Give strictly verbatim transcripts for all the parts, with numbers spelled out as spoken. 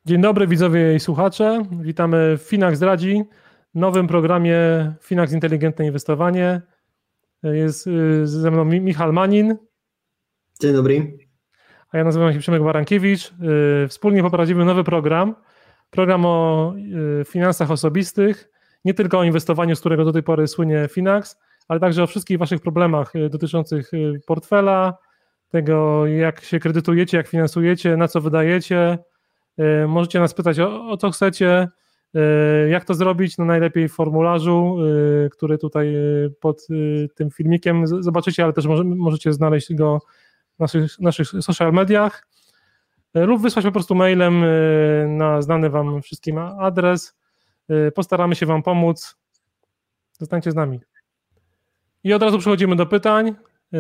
Dzień dobry widzowie i słuchacze. Witamy w Finax Radzi, nowym programie Finax Inteligentne Inwestowanie. Jest ze mną Michał Manin. Dzień dobry. A ja nazywam się Przemek Barankiewicz. Wspólnie poprowadzimy nowy program. Program o finansach osobistych, nie tylko o inwestowaniu, z którego do tej pory słynie Finax, ale także o wszystkich waszych problemach dotyczących portfela, tego jak się kredytujecie, jak finansujecie, na co wydajecie. Możecie nas pytać o, o co chcecie, jak to zrobić, no najlepiej w formularzu, który tutaj pod tym filmikiem zobaczycie, ale też może, możecie znaleźć go w naszych, naszych social mediach lub wysłać po prostu mailem na znany wam wszystkim adres. Postaramy się wam pomóc. Zostańcie z nami. I od razu przechodzimy do pytań,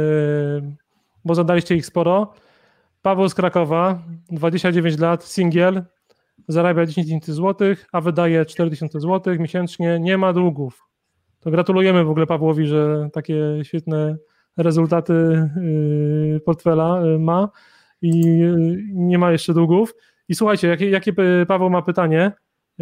bo zadaliście ich sporo. Paweł z Krakowa, dwadzieścia dziewięć lat, singiel, zarabia dziesięć tysięcy złotych, a wydaje cztery tysiące złotych miesięcznie, nie ma długów. To gratulujemy w ogóle Pawłowi, że takie świetne rezultaty portfela ma i nie ma jeszcze długów. I słuchajcie, jakie, jakie Paweł ma pytanie?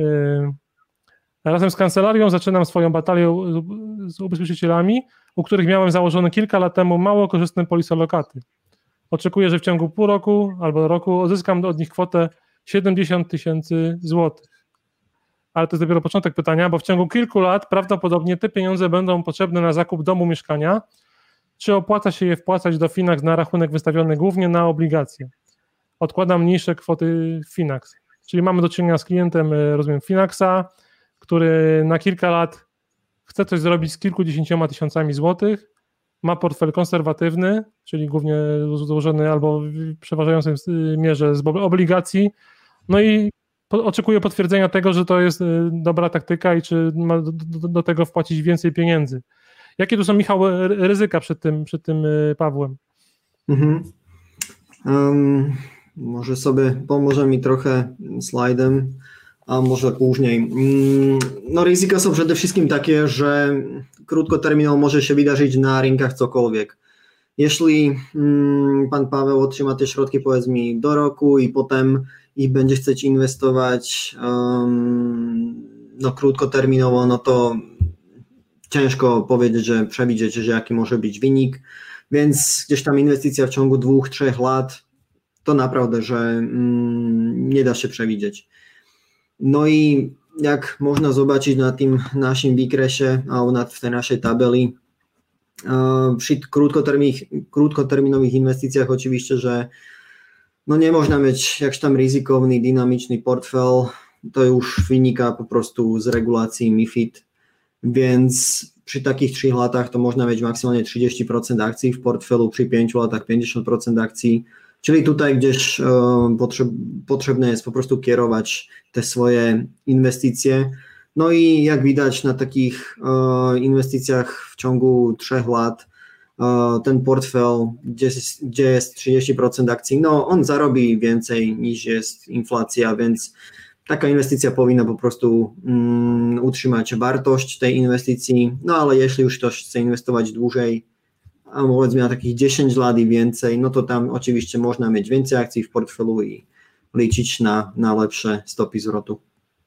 Razem z kancelarią zaczynam swoją batalię z ubezpieczycielami, u których miałem założone kilka lat temu mało korzystne polisy lokaty. Oczekuję, że w ciągu pół roku albo roku uzyskam od nich kwotę siedemdziesiąt tysięcy złotych. Ale to jest dopiero początek pytania, bo w ciągu kilku lat prawdopodobnie te pieniądze będą potrzebne na zakup domu, mieszkania. Czy opłaca się je wpłacać do Finax na rachunek wystawiony głównie na obligacje? Odkładam mniejsze kwoty w Finax. Czyli mamy do czynienia z klientem, rozumiem, Finaxa, który na kilka lat chce coś zrobić z kilkudziesięcioma tysiącami złotych, ma portfel konserwatywny, czyli głównie złożony albo w przeważającej mierze z obligacji, no i po, oczekuje potwierdzenia tego, że to jest dobra taktyka i czy ma do, do, do tego wpłacić więcej pieniędzy. Jakie tu są, Michał, ryzyka przed tym, przed tym Pawłem? Mhm. Um, może sobie pomoże mi trochę slajdem, a może później. No ryzyka są przede wszystkim takie, że krótkoterminowo może się wydarzyć na rynkach cokolwiek. Jeśli mm, pan Paweł otrzyma te środki, powiedzmy, do roku i potem ich będzie chcieć inwestować um, no krótkoterminowo, no to ciężko powiedzieć, że przewidzieć, że jaki może być wynik, więc gdzieś tam inwestycja w ciągu dwóch, trzech lat to naprawdę, że mm, nie da się przewidzieć. No i jak można zobaczyć na tym naszym wykresie, albo na w tej naszej tabeli, przy krótkoterminowych inwestycjach oczywiście, że no nie można mieć jakś tam ryzykowny, dynamiczny portfel, to już wynika po prostu z regulacji MiFID, więc przy takich trzech latach to można mieć maksymalnie trzydzieści procent akcji w portfelu, przy pięciu latach pięćdziesiąt procent akcji. Czyli tutaj gdzieś potrzeb, potrzebne jest po prostu kierować te swoje inwestycje. No i jak widać na takich inwestycjach w ciągu trzech lat ten portfel, gdzie jest, gdzie jest trzydzieści procent akcji, no on zarobi więcej niż jest inflacja, więc taka inwestycja powinna po prostu um, utrzymać wartość tej inwestycji. No ale jeśli już ktoś chce inwestować dłużej, a powiedzmy na takich dziesięć lat i więcej, no to tam oczywiście można mieć więcej akcji w portfelu i liczyć na, na lepsze stopy zwrotu.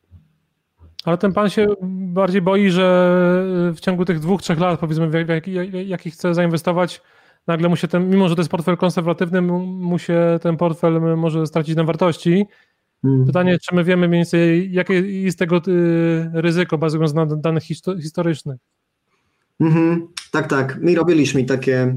Ale ten pan się bardziej boi, że w ciągu tych dwóch, trzech lat, powiedzmy, w jaki jak, jak chce zainwestować, nagle mu się ten, mimo że to jest portfel konserwatywny, mu się ten portfel może stracić na wartości. Hmm. Pytanie, czy my wiemy mniej więcej, jakie jest tego ryzyko, bazując na danych historycznych? Mhm, tak, tak. My robiliśmy takie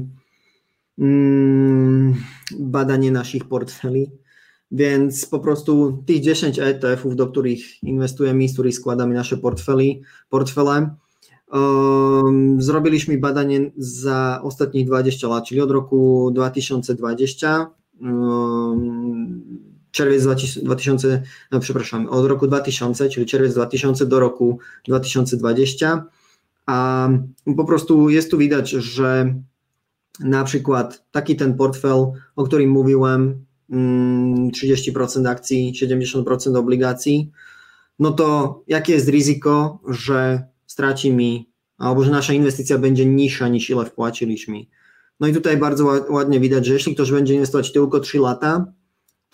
mm, badanie naszych portfeli, więc po prostu tych dziesięć E T F-ów, do których inwestujemy, z których składamy nasze portfeli, portfele, um, zrobiliśmy badanie za ostatnich dwadzieścia lat, czyli od roku dwa tysiące dwudziestego, um, czerwiec dwa tysiące, no przepraszam, od roku dwa tysiące, czyli czerwiec dwa tysiące do roku dwa tysiące dwudziestego. A po prostu jest tu widać, że na przykład taki ten portfel, o którym mówiłem, trzydzieści procent akcji, siedemdziesiąt procent obligacji, no to jakie jest ryzyko, że straci mi, albo że nasza inwestycja będzie niższa niż ile wpłaciliśmy. No i tutaj bardzo ładnie widać, że jeśli ktoś będzie inwestować tylko trzy lata,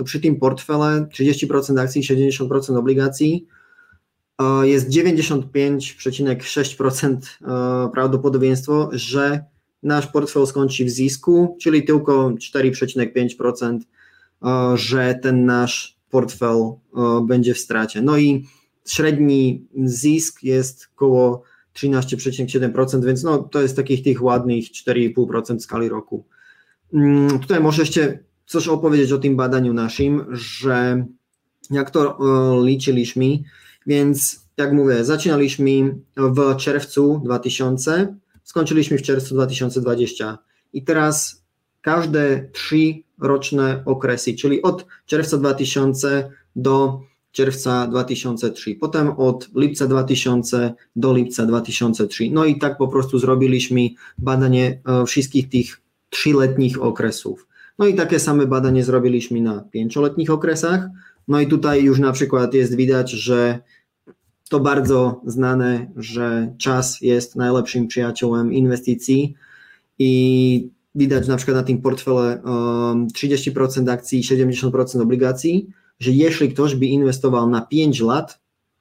to przy tym portfele trzydzieści procent akcji, siedemdziesiąt procent obligacji jest dziewięćdziesiąt pięć przecinek sześć procent prawdopodobieństwo, że nasz portfel skończy w zisku, czyli tylko cztery przecinek pięć procent, że ten nasz portfel będzie w stracie. No i średni zisk jest około trzynaście przecinek siedem procent, więc no, to jest takich tych ładnych cztery i pół procent w skali roku. Tutaj może jeszcze coś opowiedzieć o tym badaniu naszym, że jak to liczyliśmy, więc jak mówię, zaczynaliśmy w czerwcu dwa tysiące, skończyliśmy w czerwcu dwa tysiące dwudziestym i teraz każde trzy roczne okresy, czyli od czerwca dwa tysiące do czerwca dwa tysiące trzy, potem od lipca dwa tysiące do lipca dwa tysiące trzy. No i tak po prostu zrobiliśmy badanie wszystkich tych trzyletnich okresów. No i takie same badanie zrobiliśmy na pięcioletnich okresach. No i tutaj już na przykład jest widać, że to bardzo znane, że czas jest najlepszym przyjacielem inwestycji i widać na przykład na tym portfele um, trzydzieści procent akcji i siedemdziesiąt procent obligacji, że jeśli ktoś by inwestował na pięć lat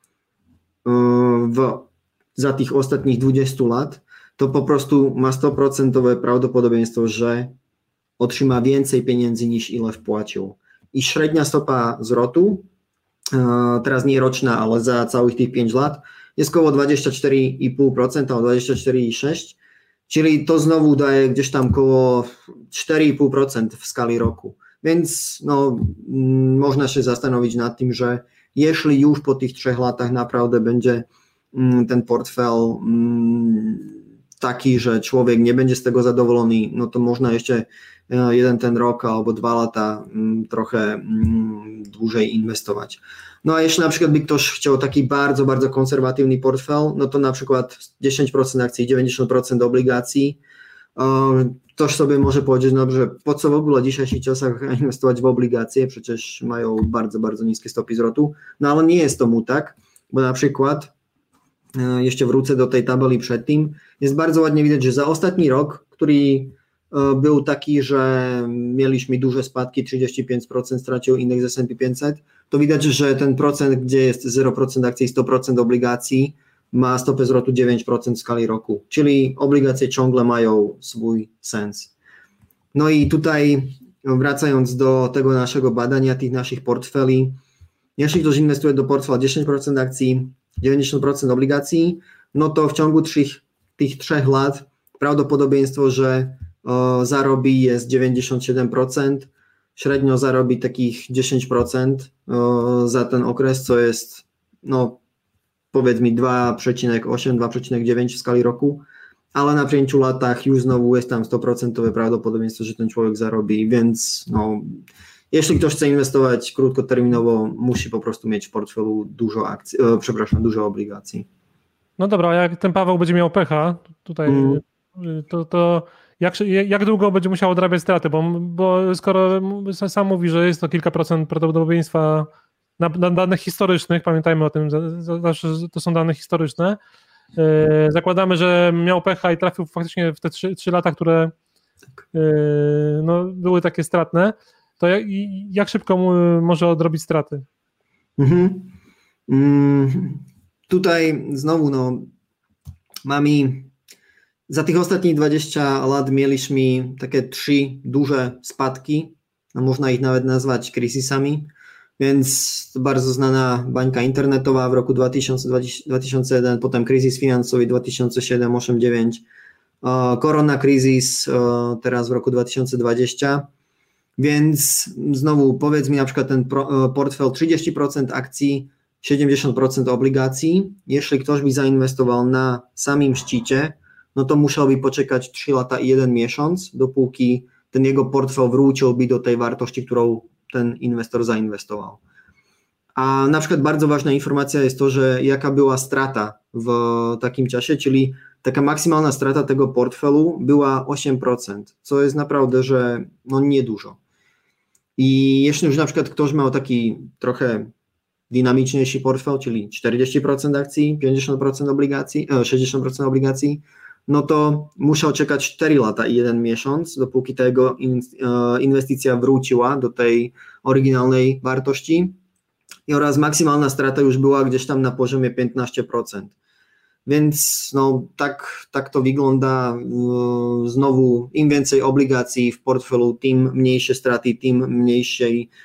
um, w, za tych ostatnich dwadzieścia lat, to po prostu ma sto procent prawdopodobieństwo, że otrzyma więcej pieniędzy niż ile wpłacił. I średnia stopa zwrotu, teraz nie roczna, ale za całych tych pięć lat, jest około dwadzieścia cztery i pół procent, albo dwadzieścia cztery przecinek sześć procent, czyli to znowu daje gdzieś tam około cztery i pół procent w skali roku. Więc no, m, można się zastanowić nad tym, że jeśli już po tych trzech latach naprawdę będzie m, ten portfel m, taki, że człowiek nie będzie z tego zadowolony, no to można jeszcze jeden ten rok albo dwa lata m, trochę m, dłużej inwestować. No a jeśli na przykład by ktoś chciał taki bardzo, bardzo konserwatywny portfel, no to na przykład dziesięć procent akcji, dziewięćdziesiąt procent obligacji, ktoś sobie może powiedzieć, no dobrze, po co w ogóle w dzisiejszych czasach inwestować w obligacje, przecież mają bardzo, bardzo niskie stopy zwrotu, no ale nie jest tomu tak, bo na przykład, jeszcze wrócę do tej tabeli przed tym, jest bardzo ładnie widać, że za ostatni rok, który był taki, że mieliśmy duże spadki, trzydzieści pięć procent stracił indeks S and P pięćset, to widać, że ten procent, gdzie jest zero procent akcji i sto procent obligacji, ma stopę zwrotu dziewięć procent w skali roku, czyli obligacje ciągle mają swój sens. No i tutaj wracając do tego naszego badania, tych naszych portfeli, jeśli ktoś inwestuje do portfela dziesięć procent akcji, dziewięćdziesiąt procent obligacji, no to w ciągu trzech, tych trzech lat prawdopodobieństwo, że o, zarobi jest dziewięćdziesiąt siedem procent, średnio zarobi takich dziesięć procent o, za ten okres, co jest no powiedzmy dwa przecinek osiem, dwa przecinek dziewięć w skali roku, ale na pięciu latach już znowu jest tam sto procent prawdopodobieństwo, że ten człowiek zarobi, więc no, jeśli ktoś chce inwestować krótkoterminowo, musi po prostu mieć w portfelu dużo akcji, e, przepraszam, dużo obligacji. No dobra, jak ten Paweł będzie miał pecha tutaj, mm. to, to jak, jak długo będzie musiał odrabiać straty, bo, bo skoro sam mówi, że jest to kilka procent prawdopodobieństwa na, na danych historycznych, pamiętajmy o tym, zawsze to są dane historyczne, yy, zakładamy, że miał pecha i trafił faktycznie w te trzy lata, które yy, no, były takie stratne, to jak, jak szybko mu może odrobić straty? Mhm. Mm, tutaj znowu no, mamy za tych ostatnich dwadzieścia lat mieliśmy takie trzy duże spadki, a można ich nawet nazwać kryzysami, więc to bardzo znana bańka internetowa w roku dwa tysiące jeden, potem kryzys finansowy dwa tysiące siedem, osiem, dziewięć, korona kryzys teraz w roku dwa tysiące dwudziestym, więc znowu powiedz mi na przykład ten portfel trzydzieści procent akcji, siedemdziesiąt procent obligacji, jeśli ktoś by zainwestował na samym szczycie, no to musiałby poczekać trzy lata i jeden miesiąc, dopóki ten jego portfel wróciłby do tej wartości, którą ten inwestor zainwestował. A na przykład bardzo ważna informacja jest to, że jaka była strata w takim czasie, czyli taka maksymalna strata tego portfelu była osiem procent, co jest naprawdę, że no niedużo. I jeśli już na przykład ktoś miał taki trochę dynamiczniejszy portfel, czyli czterdzieści procent akcji, pięćdziesiąt procent obligacji, sześćdziesiąt procent obligacji, no to musiał czekać cztery lata i jeden miesiąc, dopóki ta jego inwestycja wróciła do tej oryginalnej wartości i oraz maksymalna strata już była gdzieś tam na poziomie piętnaście procent. Więc no, tak, tak to wygląda. Znowu im więcej obligacji w portfelu, tym mniejsze straty, tym mniejszy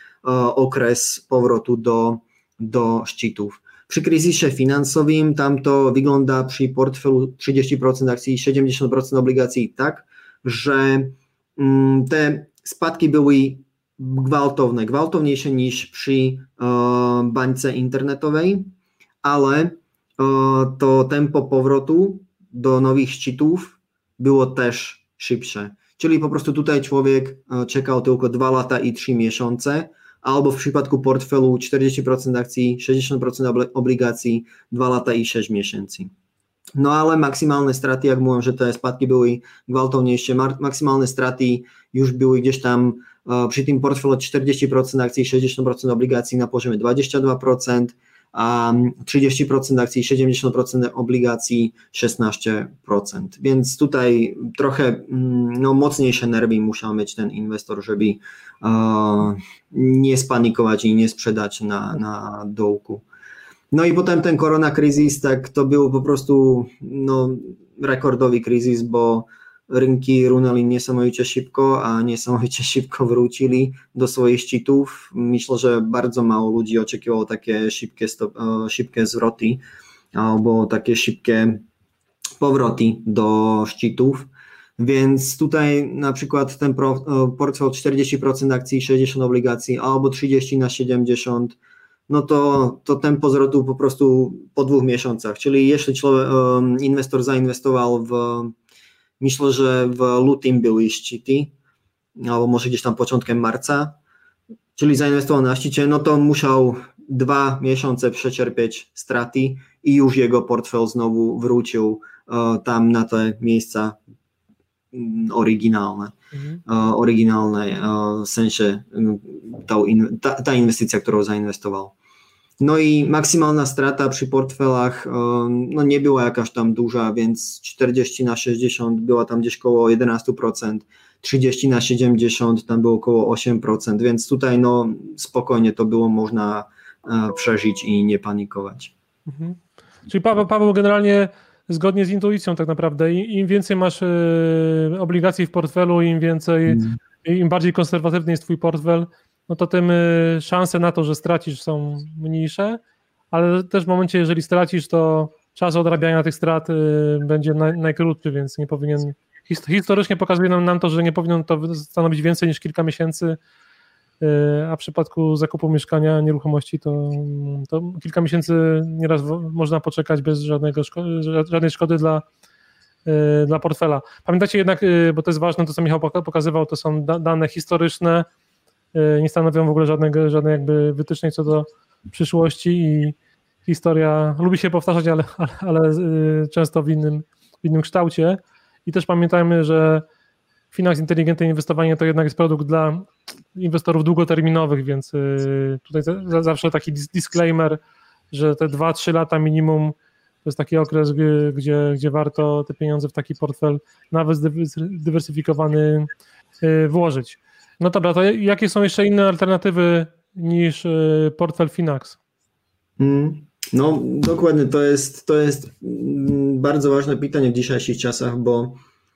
okres powrotu do, do szczytów. Przy kryzysie finansowym tam to wygląda przy portfelu trzydzieści procent akcji, siedemdziesiąt procent obligacji tak, że te spadki były gwałtowne, gwałtowniejsze niż przy bańce internetowej, ale to tempo powrotu do nowych szczytów było też szybsze. Czyli po prostu tutaj człowiek czekał tylko dwa lata i trzy miesiące, albo w przypadku portfelu czterdzieści procent akcji, sześćdziesiąt procent obligacji, dwa lata i sześć miesięcy. No ale maksymalne straty, jak mówiłem, że te spadki były gwałtowniejsze, maksymalne straty już były gdzieś tam przy tym portfelu czterdzieści procent akcji, sześćdziesiąt procent obligacji na poziomie dwadzieścia dwa procent, a trzydzieści procent akcji, siedemdziesiąt procent obligacji, szesnaście procent. Więc tutaj trochę no, mocniejsze nerwy musiał mieć ten inwestor, żeby uh, nie spanikować i nie sprzedać na, na dołku. No i potem ten koronakryzys, tak to był po prostu no, rekordowy kryzys, bo rynki runęli niesamowicie szybko, a niesamowicie szybko wrócili do swoich szczytów. Myślę, że bardzo mało ludzi oczekiwało takie szybkie, stop, szybkie zwroty albo takie szybkie powroty do szczytów. Więc tutaj na przykład ten portfel czterdzieści procent akcji, sześćdziesiąt procent obligacji albo trzydzieści na siedemdziesiąt, no to, to tempo zwrotu po prostu po dwóch miesiącach. Czyli jeśli człowiek, inwestor zainwestował w myślę, że w lutym były szczyty, albo może gdzieś tam początkiem marca, czyli zainwestował na szczycie, no to musiał dwa miesiące przecierpieć straty i już jego portfel znowu wrócił uh, tam na te miejsca oryginalne, mhm. uh, oryginalne uh, w sensie ta, ta, ta inwestycja, którą zainwestował. No i maksymalna strata przy portfelach no nie była jakaś tam duża, więc czterdzieści na sześćdziesiąt była tam gdzieś koło jedenaście procent, trzydzieści na siedemdziesiąt tam było koło osiem procent, więc tutaj no spokojnie to było można przeżyć i nie panikować. Mhm. Czyli Paweł, Paweł generalnie zgodnie z intuicją tak naprawdę, im więcej masz obligacji w portfelu, im więcej, mhm. im bardziej konserwatywny jest twój portfel, no to tym szanse na to, że stracisz są mniejsze, ale też w momencie, jeżeli stracisz, to czas odrabiania tych strat będzie naj, najkrótszy, więc nie powinien, historycznie pokazuje nam, nam to, że nie powinien to stanowić więcej niż kilka miesięcy, a w przypadku zakupu mieszkania, nieruchomości to, to kilka miesięcy nieraz można poczekać bez żadnego szko- żadnej szkody dla, dla portfela. Pamiętajcie jednak, bo to jest ważne, to co Michał pokazywał, to są da- dane historyczne, nie stanowią w ogóle żadnego, żadnej jakby wytycznej co do przyszłości i historia lubi się powtarzać, ale, ale, ale często w innym, w innym kształcie. I też pamiętajmy, że Finax Inteligentne Inwestowanie to jednak jest produkt dla inwestorów długoterminowych, więc tutaj zawsze taki disclaimer, że te dwa trzy lata minimum to jest taki okres, gdzie, gdzie warto te pieniądze w taki portfel nawet zdywersyfikowany włożyć. No dobra, to jakie są jeszcze inne alternatywy niż portfel Finax? Mm, no dokładnie, to jest, to jest bardzo ważne pytanie w dzisiejszych czasach, bo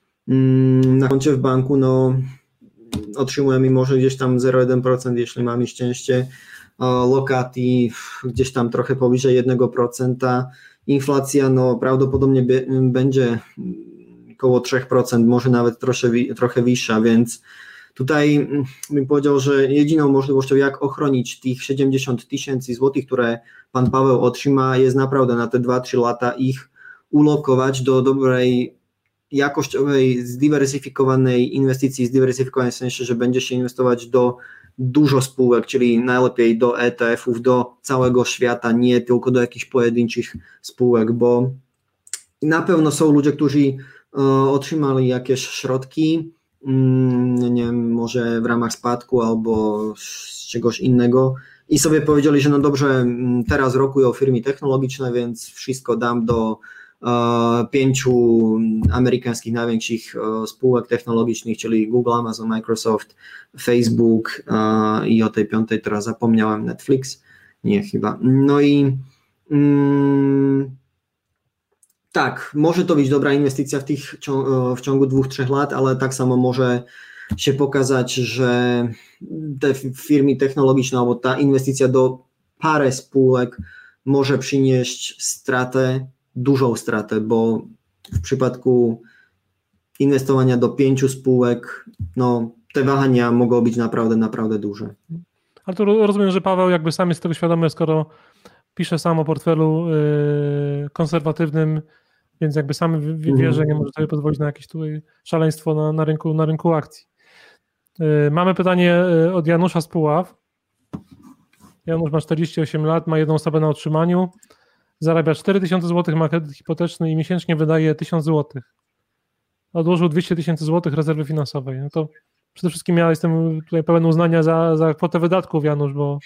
mm, na koncie w banku no, otrzymujemy może gdzieś tam zero przecinek jeden procent, jeśli mamy szczęście, lokaty gdzieś tam trochę powyżej jednego procenta, inflacja no prawdopodobnie b- będzie około trzy procent, może nawet trochę, trochę wyższa, więc tutaj bym powiedział, że jedyną możliwością, jak ochronić tych siedemdziesiąt tysięcy złotych, które pan Paweł otrzyma, jest naprawdę na te dwa trzy lata ich ulokować do dobrej, jakościowej, zdywersyfikowanej inwestycji, zdywersyfikowanej w sensie, że będzie się inwestować do dużo spółek, czyli najlepiej do E T F-ów, do całego świata, nie tylko do jakichś pojedynczych spółek, bo na pewno są ludzie, którzy uh, otrzymali jakieś środki, nie wiem, może w ramach spadku albo z czegoś innego i sobie powiedzieli, że no dobrze, teraz rokują firmy technologiczne, więc wszystko dam do pięciu amerykańskich największych spółek technologicznych, czyli Google, Amazon, Microsoft, Facebook i o tej piątej teraz zapomniałem, Netflix, nie chyba. No i mm, tak, może to być dobra inwestycja w, tych, w ciągu dwóch, trzech lat, ale tak samo może się pokazać, że te firmy technologiczne albo ta inwestycja do parę spółek może przynieść stratę, dużą stratę, bo w przypadku inwestowania do pięciu spółek, no te wahania mogą być naprawdę, naprawdę duże. Ale to rozumiem, że Paweł jakby sam jest tego świadomy, skoro pisze sam o portfelu yy, konserwatywnym, więc jakby sam wie, że nie może sobie pozwolić na jakieś tutaj szaleństwo na, na, rynku, na rynku akcji. Yy, mamy pytanie od Janusza z Puław. Janusz ma czterdzieści osiem lat, ma jedną osobę na utrzymaniu, zarabia cztery tysiące złotych, ma kredyt hipoteczny i miesięcznie wydaje tysiąc złotych. Odłożył dwieście tysięcy złotych rezerwy finansowej. No to przede wszystkim ja jestem tutaj pełen uznania za, za kwotę wydatków, Janusz, bo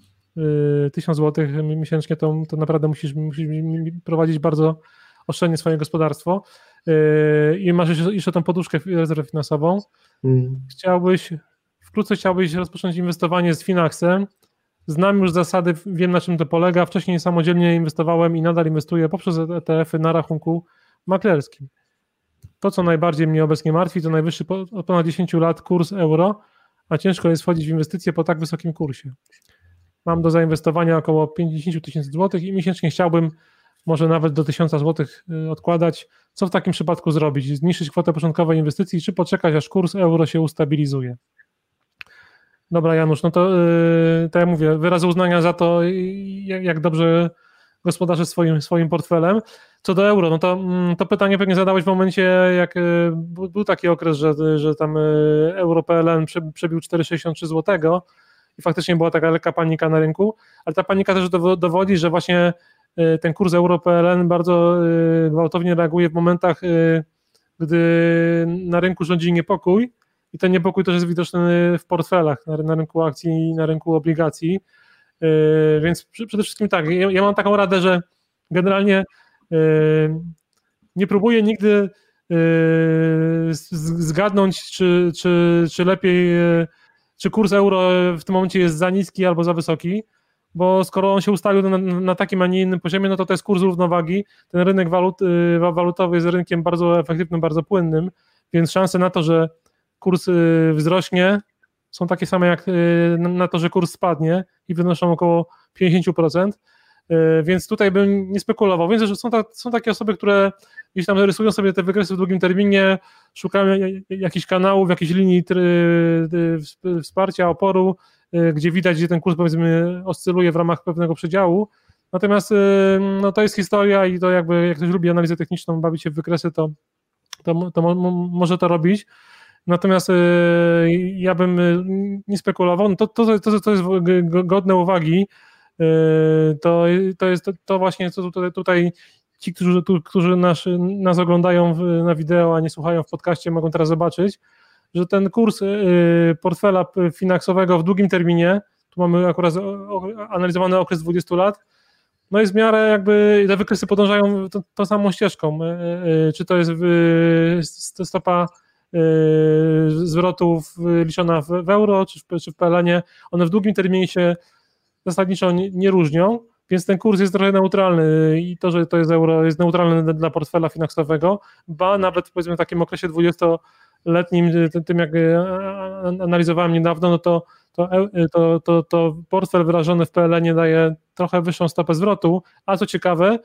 yy, tysiąc złotych miesięcznie to, to naprawdę musisz, musisz prowadzić bardzo oszczędnie swoje gospodarstwo. Yy, I masz jeszcze, jeszcze tą poduszkę rezerwę finansową. Hmm. Chciałbyś, wkrótce chciałbyś rozpocząć inwestowanie z Finaxem. Znam już zasady, wiem na czym to polega. Wcześniej samodzielnie inwestowałem i nadal inwestuję poprzez E T F-y na rachunku maklerskim. To, co najbardziej mnie obecnie martwi, to najwyższy od ponad dziesięć lat kurs euro, a ciężko jest wchodzić w inwestycje po tak wysokim kursie. Mam do zainwestowania około pięćdziesiąt tysięcy złotych i miesięcznie chciałbym może nawet do tysiąc złotych odkładać. Co w takim przypadku zrobić? Zmniejszyć kwotę początkowej inwestycji, czy poczekać, aż kurs euro się ustabilizuje? Dobra, Janusz, no to yy, tak jak mówię, wyrazy uznania za to, jak, jak dobrze gospodarzy swoim, swoim portfelem. Co do euro, no to, to pytanie pewnie zadałeś w momencie, jak yy, był taki okres, że, że tam yy, euro P L N prze, przebił cztery sześćdziesiąt trzy złotego i faktycznie była taka lekka panika na rynku, ale ta panika też dowodzi, że właśnie yy, ten kurs euro P L N bardzo yy, gwałtownie reaguje w momentach, yy, gdy na rynku rządzi niepokój. I ten niepokój też jest widoczny w portfelach na, na rynku akcji i na rynku obligacji. Yy, więc przy, przede wszystkim tak, ja, ja mam taką radę, że generalnie yy, nie próbuję nigdy yy, z, zgadnąć, czy, czy, czy lepiej, yy, czy kurs euro w tym momencie jest za niski albo za wysoki, bo skoro on się ustalił na, na takim, a nie innym poziomie, no to to jest kurs równowagi. Ten rynek walut, yy, walutowy jest rynkiem bardzo efektywnym, bardzo płynnym, więc szanse na to, że kurs wzrośnie, są takie same jak na to, że kurs spadnie i wynoszą około pięćdziesiąt procent, więc tutaj bym nie spekulował. Więc są, ta, są takie osoby, które gdzieś tam rysują sobie te wykresy w długim terminie, szukają jakichś kanałów, jakichś linii wsparcia, oporu, gdzie widać, gdzie ten kurs powiedzmy oscyluje w ramach pewnego przedziału. Natomiast no, to jest historia i to jakby jak ktoś lubi analizę techniczną, bawić się w wykresy, to, to, to mo, może to robić. Natomiast y, ja bym nie spekulował. No to, to, to, to jest godne uwagi. Y, to, to jest to, to właśnie, co tutaj, tutaj ci, którzy, tu, którzy nas, nas oglądają w, na wideo, a nie słuchają w podcaście, mogą teraz zobaczyć, że ten kurs y, portfela finansowego w długim terminie, tu mamy akurat o, analizowany okres dwudziestu lat, no jest w miarę jakby, te wykresy podążają tą, tą samą ścieżką. Y, y, czy to jest y, stopa zwrotów liczona w, w euro czy w, czy w P L N-ie, one w długim terminie się zasadniczo nie, nie różnią, więc ten kurs jest trochę neutralny i to, że to jest euro, jest neutralne dla portfela finansowego, ba nawet powiedzmy w takim okresie dwudziestoletnim, tym jak analizowałem niedawno, no to, to, to, to, to portfel wyrażony w P L N-ie daje trochę wyższą stopę zwrotu, a co ciekawe,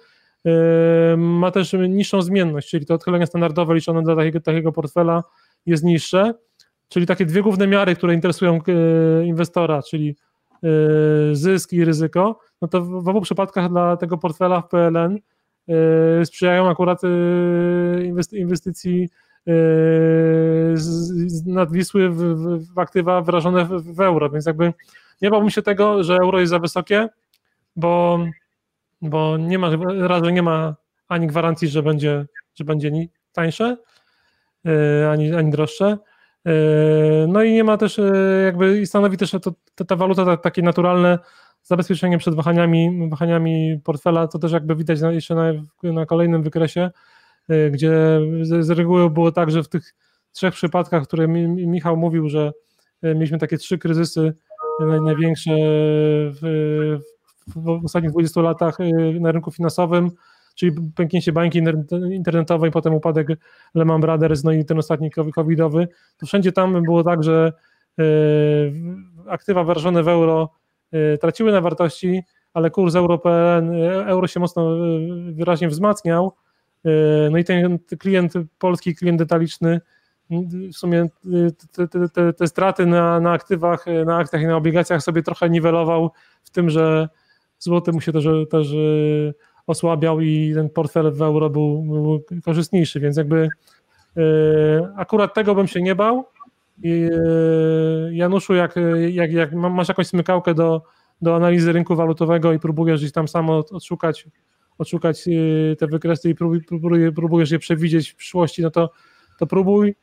ma też niższą zmienność, czyli to odchylenie standardowe liczone dla takiego, takiego portfela jest niższe, czyli takie dwie główne miary, które interesują inwestora, czyli zysk i ryzyko, no to w obu przypadkach dla tego portfela w P L N sprzyjają akurat inwestycji nadwisły w, w, w aktywa wyrażone w, w euro, więc jakby nie bałbym się tego, że euro jest za wysokie, bo bo nie ma, raz, że nie ma ani gwarancji, że będzie, że będzie tańsze, ani, ani droższe. No i nie ma też jakby, i stanowi też to, to, ta waluta takie naturalne zabezpieczenie przed wahaniami, wahaniami portfela, to też jakby widać na, jeszcze na, na kolejnym wykresie, gdzie z, z reguły było tak, że w tych trzech przypadkach, które mi, Michał mówił, że mieliśmy takie trzy kryzysy największe w, w, w ostatnich dwudziestu latach na rynku finansowym, czyli pęknięcie bańki internetowej, potem upadek Lehman Brothers, no i ten ostatni covidowy, to wszędzie tam było tak, że aktywa wyrażone w euro traciły na wartości, ale kurs euro kropka pe el en, euro się mocno wyraźnie wzmacniał, no i ten klient polski, klient detaliczny, w sumie te, te, te, te straty na, na aktywach, na akcjach i na obligacjach sobie trochę niwelował w tym, że złoty mu się też, też osłabiał i ten portfel w euro był, był korzystniejszy, więc jakby akurat tego bym się nie bał. I Januszu, jak, jak, jak masz jakąś smykałkę do, do analizy rynku walutowego i próbujesz gdzieś tam samo odszukać, odszukać te wykresy i próbujesz, próbujesz je przewidzieć w przyszłości, no to, to próbuj.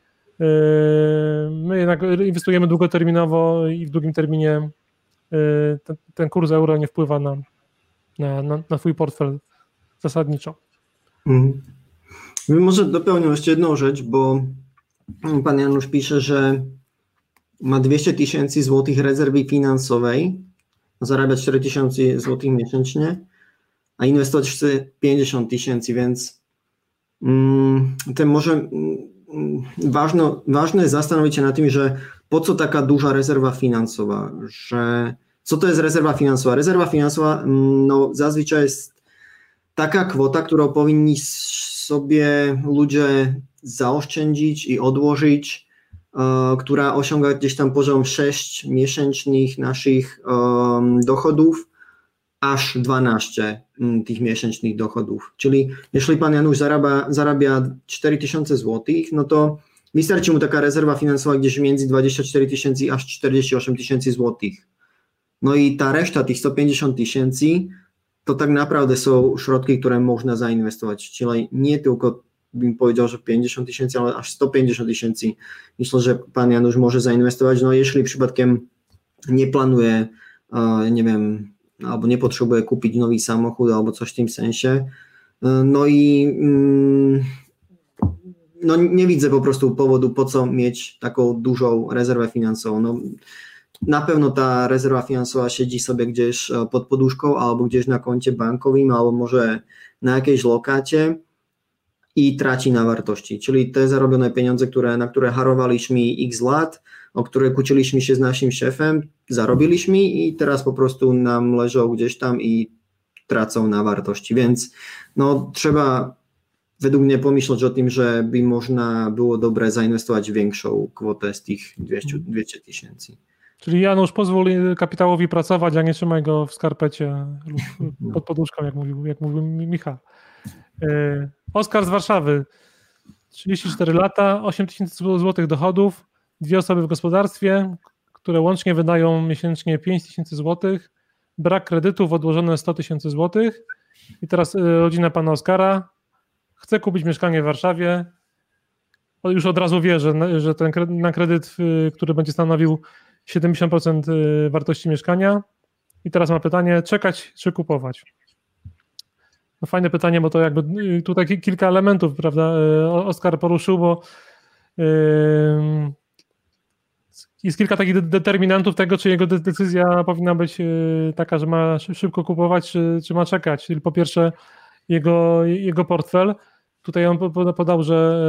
My jednak inwestujemy długoterminowo i w długim terminie ten, ten kurs euro nie wpływa na, na, na, na twój portfel zasadniczo. Mhm. Może dopełnię jeszcze jedną rzecz, bo pan Janusz pisze, że ma dwieście tysięcy złotych rezerwy finansowej, zarabia cztery tysiące złotych miesięcznie, a inwestować chce pięćdziesiąt tysięcy, więc mm, to może mm, ważne, ważne jest zastanowić się nad tym, że po co taka duża rezerwa finansowa, że co to jest rezerwa finansowa? Rezerwa finansowa no, zazwyczaj jest taka kwota, którą powinni sobie ludzie zaoszczędzić i odłożyć, uh, która osiąga gdzieś tam poziom sześć miesięcznych naszych um, dochodów, aż dwanaście um, tych miesięcznych dochodów. Czyli jeśli pan Janusz zarabia, zarabia cztery tysiące złotych, no to wystarczy mu taka rezerwa finansowa gdzieś między dwadzieścia cztery tysięcy aż czterdzieści osiem tysięcy złotych. No i ta reszta, tych sto pięćdziesiąt tysięcy, to tak naprawdę są środki, które można zainwestować, czyli nie tylko bym powiedział, że pięćdziesiąt tysięcy, ale aż sto pięćdziesiąt tysięcy. Myślę, że pan Janusz może zainwestować, no jeśli przypadkiem nie planuje, nie wiem, albo nie potrzebuje kupić nowy samochód, albo coś w tym sensie, no i no nie widzę po prostu powodu, po co mieć taką dużą rezerwę finansową. No, na pewno ta rezerwa finansowa siedzi sobie gdzieś pod poduszką, albo gdzieś na koncie bankowym, albo może na jakiejś lokacie i traci na wartości, czyli te zarobione pieniądze, które, na które harowaliśmy x lat, o które kłóciliśmy się z naszym szefem, zarobiliśmy i teraz po prostu nam leżą gdzieś tam i tracą na wartości, więc no trzeba według mnie pomyśleć o tym, że by można było dobre zainwestować większą kwotę z tych dwieście tysięcy. Czyli Janusz, pozwól kapitałowi pracować, a nie trzymaj go w skarpecie lub pod poduszką, jak mówił, jak mówił Michał. Oskar z Warszawy, trzydzieści cztery lata, osiem tysięcy złotych dochodów, dwie osoby w gospodarstwie, które łącznie wydają miesięcznie pięć tysięcy złotych, brak kredytów, odłożone sto tysięcy złotych i teraz rodzina pana Oskara chce kupić mieszkanie w Warszawie, już od razu wie, że, że ten kredyt, na kredyt, który będzie stanowił siedemdziesiąt procent wartości mieszkania i teraz ma pytanie, czekać czy kupować? No fajne pytanie, bo to jakby tutaj kilka elementów, prawda, Oskar poruszył, bo jest kilka takich determinantów tego, czy jego decyzja powinna być taka, że ma szybko kupować, czy, czy ma czekać. Czyli po pierwsze jego, jego portfel. Tutaj on podał, że,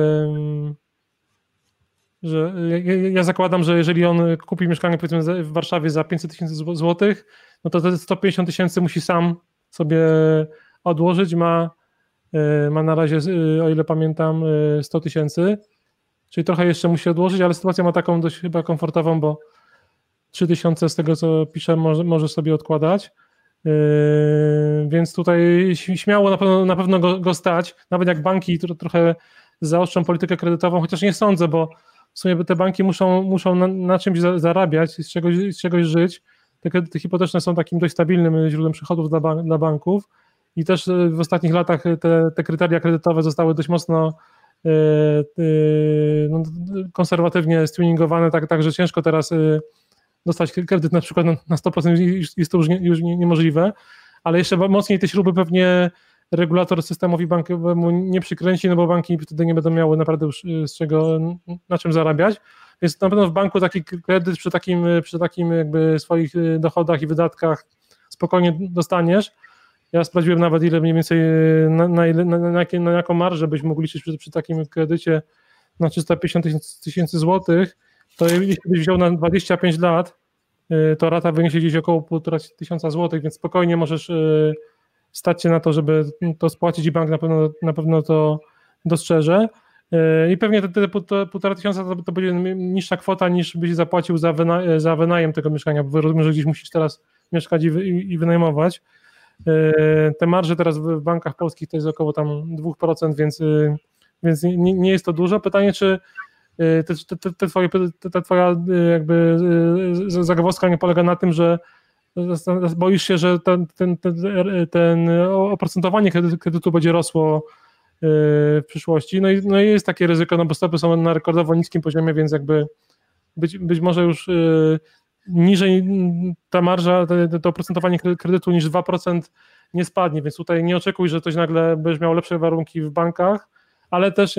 że ja zakładam, że jeżeli on kupi mieszkanie powiedzmy w Warszawie za pięćset tysięcy złotych, no to te sto pięćdziesiąt tysięcy musi sam sobie odłożyć, ma, ma na razie, o ile pamiętam, sto tysięcy, czyli trochę jeszcze musi odłożyć, ale sytuację ma taką dość chyba komfortową, bo trzy tysiące z tego, co pisze, może, może sobie odkładać, więc tutaj śmiało na pewno, na pewno go, go stać, nawet jak banki trochę zaostrzą politykę kredytową, chociaż nie sądzę, bo w sumie te banki muszą, muszą na, na czymś zarabiać, z czegoś, z czegoś żyć. Te kredyty hipoteczne są takim dość stabilnym źródłem przychodów dla, bank, dla banków i też w ostatnich latach te, te kryteria kredytowe zostały dość mocno yy, yy, no, konserwatywnie streamingowane, tak, tak, że ciężko teraz yy, dostać kredyt na przykład na sto procent, jest to już, nie, już niemożliwe, ale jeszcze mocniej te śruby pewnie regulator systemowi bankowemu nie przykręci, no bo banki wtedy nie będą miały naprawdę już z czego, na czym zarabiać, więc na pewno w banku taki kredyt przy takim, przy takim jakby swoich dochodach i wydatkach spokojnie dostaniesz. Ja sprawdziłem nawet ile mniej więcej, na, na, na, na, jakie, na jaką marżę byś mógł liczyć przy, przy takim kredycie na trzysta pięćdziesiąt tysięcy złotych, to jeśli byś wziął na dwadzieścia pięć lat, to rata wyniesie gdzieś około półtora tysiąca złotych, więc spokojnie możesz stać się na to, żeby to spłacić i bank na pewno, na pewno to dostrzeże. I pewnie te, te, te półtora tysiąca to, to będzie niższa kwota niż byś zapłacił za, wyna, za wynajem tego mieszkania, bo rozumiem, że gdzieś musisz teraz mieszkać i, i, i wynajmować. Te marże teraz w bankach polskich to jest około tam dwa procent, więc, więc nie, nie jest to dużo. Pytanie, czy te, te, te twoje, ta twoja jakby zagwozdka nie polega na tym, że boisz się, że ten, ten, ten, ten oprocentowanie kredytu, kredytu będzie rosło w przyszłości. No i, no i jest takie ryzyko, no bo stopy są na rekordowo niskim poziomie, więc jakby być, być może już niżej ta marża, to, to oprocentowanie kredytu niż dwa procent nie spadnie, więc tutaj nie oczekuj, że ktoś nagle będziesz miał lepsze warunki w bankach, ale też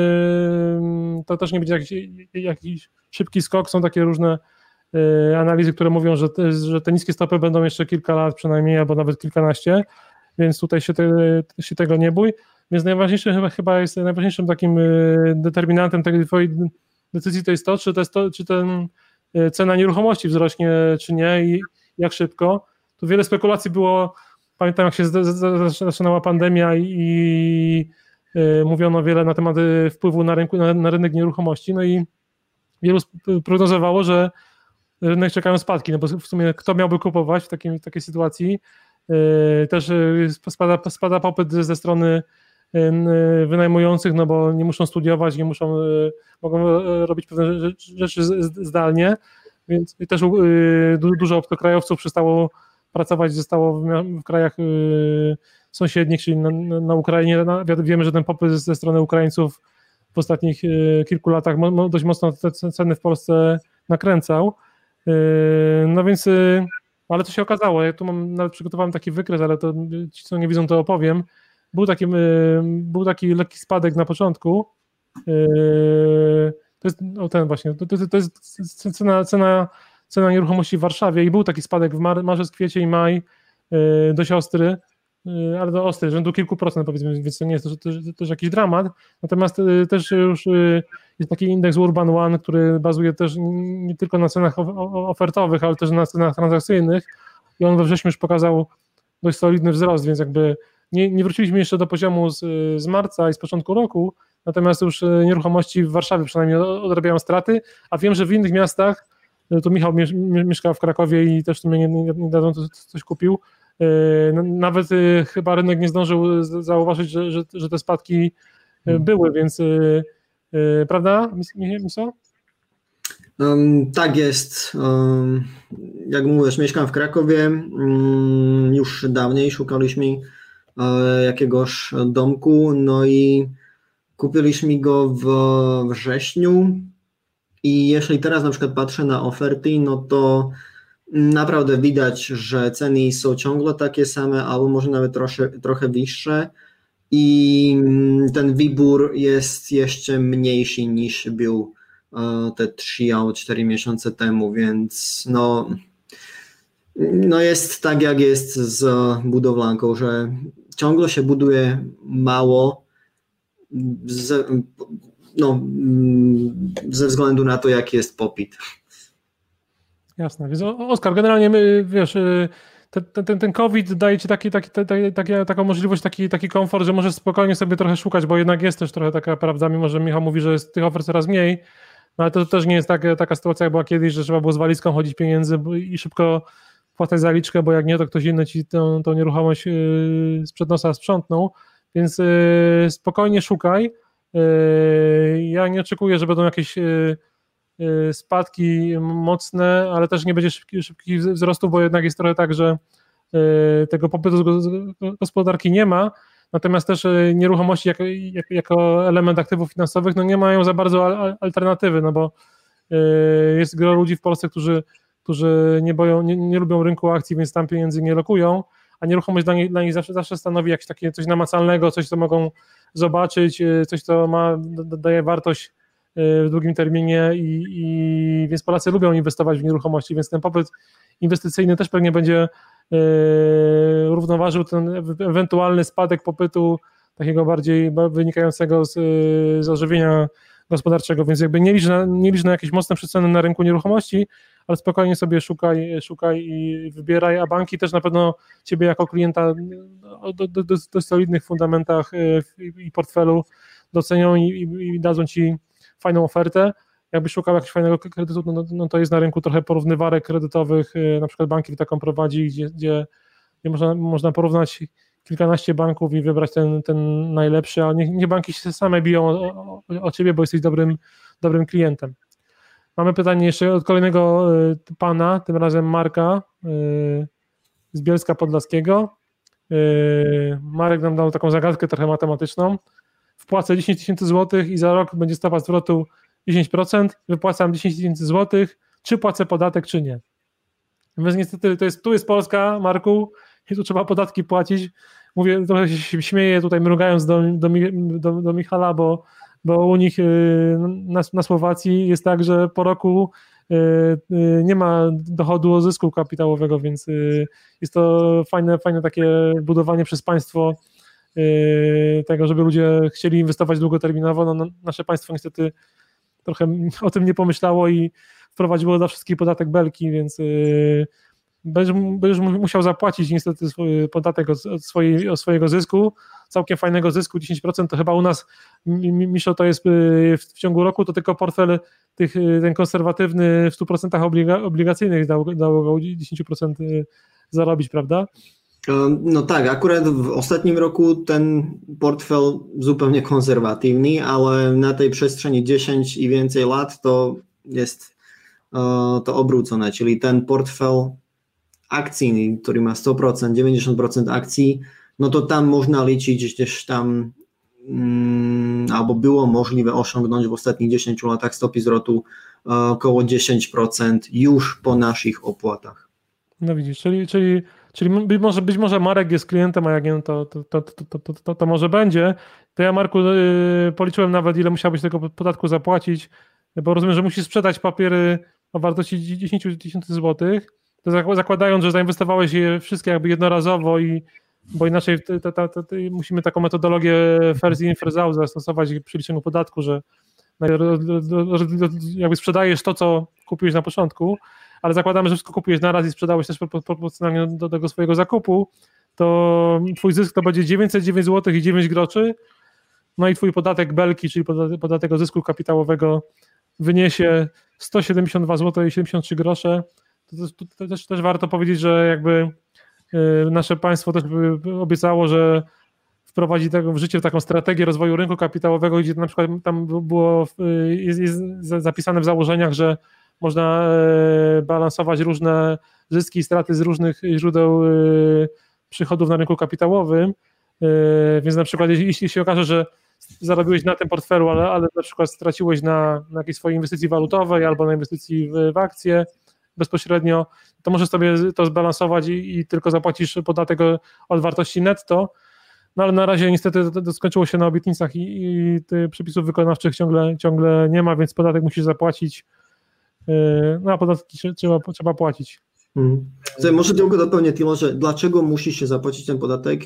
to też nie będzie jakiś, jakiś szybki skok, są takie różne analizy, które mówią, że te, że te niskie stopy będą jeszcze kilka lat przynajmniej, albo nawet kilkanaście, więc tutaj się, te, się tego nie bój. Więc najważniejszym chyba, chyba jest najważniejszym takim determinantem tej twojej decyzji to jest to, czy, to jest to, czy ten cena nieruchomości wzrośnie, czy nie i jak szybko. Tu wiele spekulacji było, pamiętam jak się zaczynała pandemia i, i mówiono wiele na temat wpływu na, rynku, na, na rynek nieruchomości, no i wielu prognozowało, że rynek czekają spadki, no bo w sumie kto miałby kupować w takiej, w takiej sytuacji, też spada, spada popyt ze strony wynajmujących, no bo nie muszą studiować, nie muszą, mogą robić pewne rzeczy zdalnie, więc też dużo obcokrajowców przestało pracować, zostało w krajach sąsiednich, czyli na, na Ukrainie. Wiemy, że ten popyt ze strony Ukraińców w ostatnich kilku latach dość mocno te ceny w Polsce nakręcał. No więc, ale to się okazało, ja tu mam, nawet przygotowałem taki wykres, ale to ci, co nie widzą, to opowiem. Był taki, był taki lekki spadek na początku. To jest o ten właśnie, to, to, to jest cena, cena, cena nieruchomości w Warszawie i był taki spadek w mar, marzec, kwiecień, maj dość ostry, ale do ostry, rzędu kilku procent powiedzmy, więc to nie jest też, też jakiś dramat. Natomiast też już jest taki indeks Urban One, który bazuje też nie tylko na cenach ofertowych, ale też na cenach transakcyjnych i on we wrześniu już pokazał dość solidny wzrost, więc jakby nie, nie wróciliśmy jeszcze do poziomu z, z marca i z początku roku, natomiast już nieruchomości w Warszawie przynajmniej odrabiają straty, a wiem, że w innych miastach, tu Michał mieszka w Krakowie i też tu mnie niedawno coś kupił, nawet chyba rynek nie zdążył zauważyć, że, że, że te spadki były, więc prawda, Miso? Um, tak jest. Um, jak mówisz, mieszkam w Krakowie, um, już dawniej szukaliśmy um, jakiegoś domku, no i kupiliśmy go w wrześniu i jeśli teraz na przykład patrzę na oferty, no to naprawdę widać, że ceny są ciągle takie same, albo może nawet trosze, trochę wyższe i ten wybór jest jeszcze mniejszy niż był te trzy albo cztery miesiące temu, więc no, no jest tak jak jest z budowlanką, że ciągle się buduje mało ze, no, ze względu na to, jaki jest popyt. Jasne, więc Oskar, generalnie my, wiesz, ten, ten, ten COVID daje ci taki, taki, taki, taki, taką możliwość, taki, taki komfort, że możesz spokojnie sobie trochę szukać, bo jednak jest też trochę taka prawda, mimo że Michał mówi, że jest tych ofert coraz mniej, no ale to też nie jest tak, taka sytuacja, jak była kiedyś, że trzeba było z walizką chodzić pieniędzy i szybko płacać zaliczkę, bo jak nie, to ktoś inny ci tą, tą nieruchomość sprzed nosa sprzątnął, więc spokojnie szukaj. Ja nie oczekuję, że będą jakieś spadki mocne, ale też nie będzie szybkich, szybkich wzrostów, bo jednak jest trochę tak, że tego popytu gospodarki nie ma, natomiast też nieruchomości jako, jako element aktywów finansowych no nie mają za bardzo alternatywy, no bo jest gro ludzi w Polsce, którzy którzy nie boją, nie, nie lubią rynku akcji, więc tam pieniędzy nie lokują, a nieruchomość dla nich, dla nich zawsze, zawsze stanowi jakieś takie coś namacalnego, coś, co mogą zobaczyć, coś, co ma, daje wartość w długim terminie i, i więc Polacy lubią inwestować w nieruchomości, więc ten popyt inwestycyjny też pewnie będzie yy, równoważył ten ewentualny spadek popytu takiego bardziej wynikającego z, z ożywienia gospodarczego, więc jakby nie licz na, nie licz na jakieś mocne przeceny na rynku nieruchomości, ale spokojnie sobie szukaj, szukaj i wybieraj, a banki też na pewno ciebie jako klienta o dość solidnych fundamentach i portfelu docenią i, i, i dadzą ci fajną ofertę. Jakbyś szukał jakiegoś fajnego kredytu, no, no to jest na rynku trochę porównywarek kredytowych, na przykład Bankier taką prowadzi, gdzie, gdzie, gdzie można, można porównać kilkanaście banków i wybrać ten, ten najlepszy, a nie, nie banki się same biją o, o, o ciebie, bo jesteś dobrym, dobrym klientem. Mamy pytanie jeszcze od kolejnego y, pana, tym razem Marka y, z Bielska Podlaskiego. Y, Marek nam dał taką zagadkę trochę matematyczną. Wpłacę dziesięć tysięcy złotych i za rok będzie stopa zwrotu dziesięć procent, wypłacam dziesięć tysięcy złotych, czy płacę podatek, czy nie. Więc niestety to jest, tu jest Polska, Marku, i tu trzeba podatki płacić. Mówię, trochę się śmieję tutaj mrugając do, do, do, do Michala, bo, bo u nich na, na Słowacji jest tak, że po roku nie ma dochodu od zysku kapitałowego, więc jest to fajne, fajne takie budowanie przez państwo tego, żeby ludzie chcieli inwestować długoterminowo. No, nasze państwo niestety trochę o tym nie pomyślało i wprowadziło dla wszystkich podatek belki, więc będziesz, będziesz musiał zapłacić niestety podatek od, od, swojej, od swojego zysku, całkiem fajnego zysku, dziesięć procent to chyba u nas, Miszo, to jest w ciągu roku, to tylko portfel tych, ten konserwatywny w stu procentach obliga, obligacyjnych dał, dał dziesięć procent zarobić, prawda? No tak, akurat w ostatnim roku ten portfel zupełnie konserwatywny, ale na tej przestrzeni dziesięć i więcej lat to jest to obrócone, czyli ten portfel akcyjny, który ma sto procent, dziewięćdziesiąt procent akcji, no to tam można liczyć gdzieś tam mm, albo było możliwe osiągnąć w ostatnich dziesięciu latach stopy zwrotu około dziesięć procent już po naszych opłatach. No widzisz, czyli, czyli, czyli być, może, być może Marek jest klientem, a jak nie, to, to, to, to, to, to, to może będzie. To ja, Marku, yy, policzyłem nawet, ile musiałbyś tego podatku zapłacić, bo rozumiem, że musisz sprzedać papiery o wartości dziesięć tysięcy złotych, to zakładając, że zainwestowałeś je wszystkie jakby jednorazowo, i bo inaczej to, to, to, to musimy taką metodologię first in, first out zastosować przy liczeniu podatku, że jakby sprzedajesz to, co kupiłeś na początku, ale zakładamy, że wszystko kupiłeś naraz i sprzedałeś też proporcjonalnie do tego swojego zakupu, to twój zysk to będzie dziewięćset dziewięć złotych i dziewięć groszy, no i twój podatek belki, czyli podatek od zysku kapitałowego wyniesie sto siedemdziesiąt dwa złote i siedemdziesiąt trzy grosze. To, to, to też, też warto powiedzieć, że jakby y, nasze państwo też by obiecało, że wprowadzi tego w życie taką strategię rozwoju rynku kapitałowego, gdzie na przykład tam było y, jest, jest zapisane w założeniach, że można y, balansować różne zyski i straty z różnych źródeł y, przychodów na rynku kapitałowym, y, więc na przykład jeśli, jeśli się okaże, że zarobiłeś na tym portfelu, ale, ale na przykład straciłeś na, na jakiejś swojej inwestycji walutowej albo na inwestycji w, w akcje bezpośrednio, to możesz sobie to zbalansować i, i tylko zapłacisz podatek od wartości netto, no ale na razie niestety to, to skończyło się na obietnicach i, i tych przepisów wykonawczych ciągle, ciągle nie ma, więc podatek musisz zapłacić, no a podatki trzeba, trzeba płacić. Hmm. Może tylko dopełnię tyle, że dlaczego musi się zapłacić ten podatek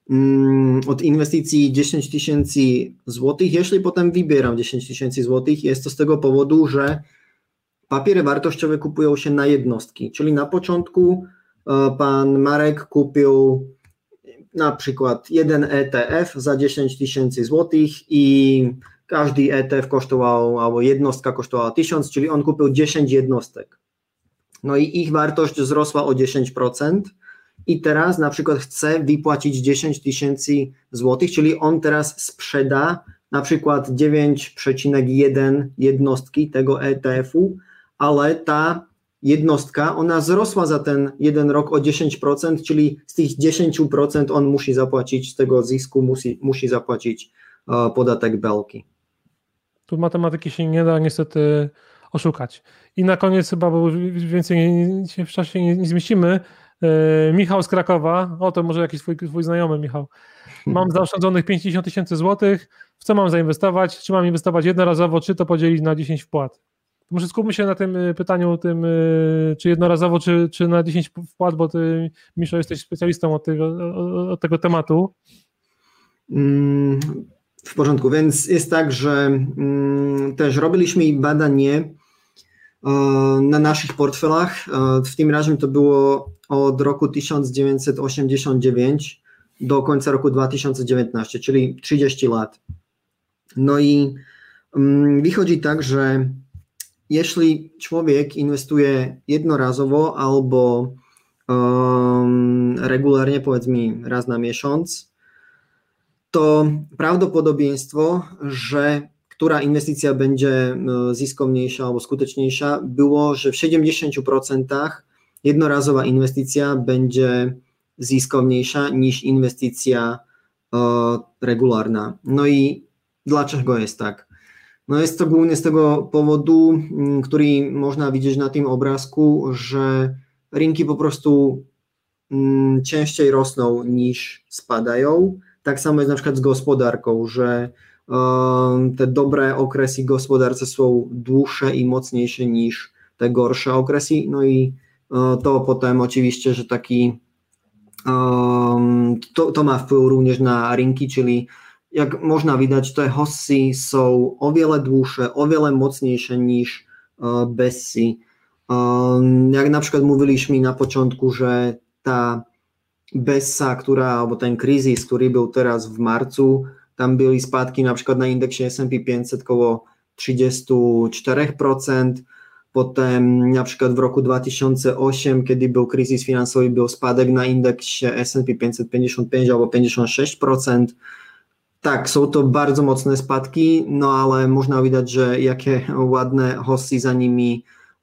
mm, od inwestycji dziesięć tysięcy złotych, jeśli potem wybieram dziesięć tysięcy złotych, jest to z tego powodu, że papiery wartościowe kupują się na jednostki, czyli na początku pan Marek kupił na przykład jeden E T F za dziesięć tysięcy złotych i każdy E T F kosztował, albo jednostka kosztowała tysiąc, czyli on kupił dziesięć jednostek. No i ich wartość wzrosła o dziesięć procent i teraz na przykład chce wypłacić dziesięć tysięcy złotych, czyli on teraz sprzeda na przykład dziewięć przecinek jeden jednostki tego E T F-u, ale ta jednostka, ona wzrosła za ten jeden rok o dziesięć procent, czyli z tych dziesięć procent on musi zapłacić, z tego zysku musi, musi zapłacić uh, podatek belki. Tu matematyki się nie da niestety oszukać. I na koniec chyba, bo więcej się w czasie nie, nie zmieścimy, Michał z Krakowa, o to może jakiś twój, twój znajomy Michał. Mam zaoszczędzonych pięćdziesiąt tysięcy złotych, w co mam zainwestować? Czy mam inwestować jednorazowo, czy to podzielić na dziesięć wpłat? Może skupmy się na tym pytaniu, tym, czy jednorazowo, czy, czy na dziesięć wpłat, bo ty, Miszo, jesteś specjalistą od tego, od tego tematu. W porządku, więc jest tak, że też robiliśmy badanie na naszych portfelach. W tym razie to było od roku tysiąc dziewięćset osiemdziesiąt dziewięć do końca roku dwa tysiące dziewiętnaście, czyli trzydzieści lat. No i wychodzi tak, że jeśli człowiek inwestuje jednorazowo albo um, regularnie, powiedzmy raz na miesiąc, to prawdopodobieństwo, że która inwestycja będzie zyskowniejsza albo skuteczniejsza, było, że w siedemdziesięciu procentach jednorazowa inwestycja będzie zyskowniejsza niż inwestycja e, regularna. No i dlaczego jest tak? No jest to głównie z tego powodu, który można widzieć na tym obrazku, że rynki po prostu mm, częściej rosną niż spadają. Tak samo jest na przykład z gospodarką, że um, te dobre okresy gospodarcze są dłuższe i mocniejsze niż te gorsze okresy. No i um, to potem oczywiście, że taki um, to, to ma wpływ również na rynki, czyli jak można widać, te hossy są o wiele dłuższe, o wiele mocniejsze niż uh, bessy. Um, jak na przykład mówiliśmy na początku, że ta bessa, która, albo ten kryzys, który był teraz w marcu, tam były spadki na przykład na indeksie S and P pięćset około trzydzieści cztery procent, potem na przykład w roku dwa tysiące ósmym, kiedy był kryzys finansowy, był spadek na indeksie S and P pięćset pięćdziesiąt pięć albo pięćdziesiąt sześć procent. Tak, są to bardzo mocne spadki, no ale można widać, że jakie ładne hossy za nimi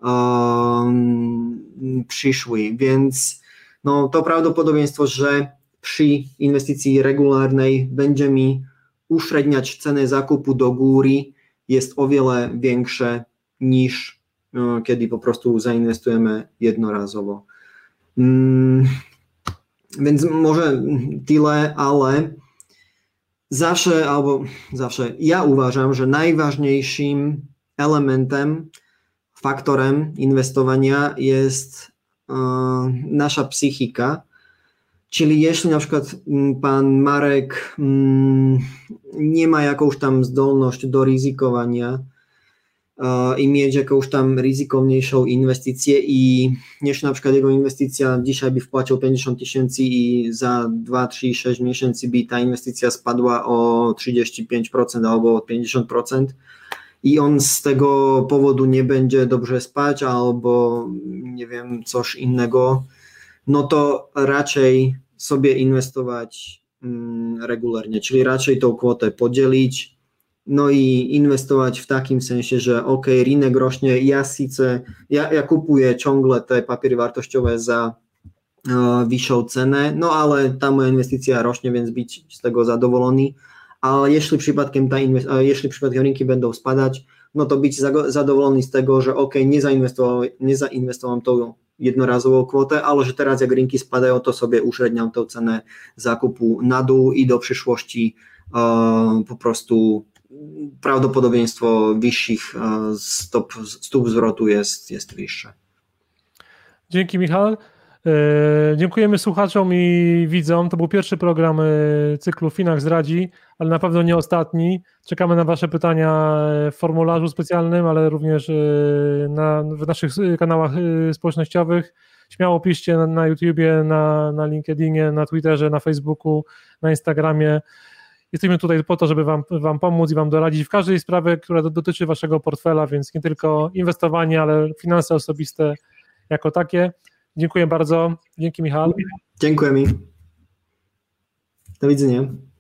um, przyszły, więc no, to prawdopodobieństwo, że przy inwestycji regularnej będzie mi uśredniać cenę zakupu do góry, jest o wiele większe niż no, kiedy po prostu zainwestujemy jednorazowo. Hmm, więc może tyle, ale zawsze, albo zawsze ja uważam, że najważniejszym elementem, faktorem inwestowania jest uh, nasza psychika. Czyli jeśli na przykład pan Marek mm, nie ma jakąś tam zdolność do ryzykowania uh, i mieć jakąś tam ryzykowniejszą inwestycję i jeśli na przykład jego inwestycja dzisiaj by wpłacił pięćdziesiąt tysięcy i za dwa, trzy, sześć miesięcy by ta inwestycja spadła o trzydzieści pięć procent albo o pięćdziesiąt procent i on z tego powodu nie będzie dobrze spać albo nie wiem, coś innego, no to raczej sobie inwestować mm, regularnie, czyli raczej tą kwotę podzielić, no i inwestować w takim sensie, że ok, rynek rośnie, ja sice, ja, ja kupuję ciągle te papiery wartościowe za e, wyższą cenę, no ale ta moja inwestycja rośnie, więc być z tego zadowolony, ale jeśli przypadkiem, ta inwest- a jeśli przypadkiem rynki będą spadać, no to być za- zadowolony z tego, że ok, nie zainwestowałem, nie zainwestowałem tą jednorazową kwotę, ale że teraz jak rynki spadają, to sobie uśredniam tę cenę zakupu na dół i do przyszłości e, po prostu prawdopodobieństwo wyższych e, stop, stóp zwrotu jest, jest wyższe. Dzięki, Michał. E, dziękujemy słuchaczom i widzom. To był pierwszy program cyklu Finax Radzi, ale na pewno nie ostatni. Czekamy na wasze pytania w formularzu specjalnym, ale również na, w naszych kanałach społecznościowych. Śmiało piszcie na, na YouTubie, na, na LinkedInie, na Twitterze, na Facebooku, na Instagramie. Jesteśmy tutaj po to, żeby wam, wam pomóc i wam doradzić w każdej sprawie, która do, dotyczy waszego portfela, więc nie tylko inwestowanie, ale finanse osobiste jako takie. Dziękuję bardzo. Dzięki, Michał. Dziękuję mi. Do widzenia.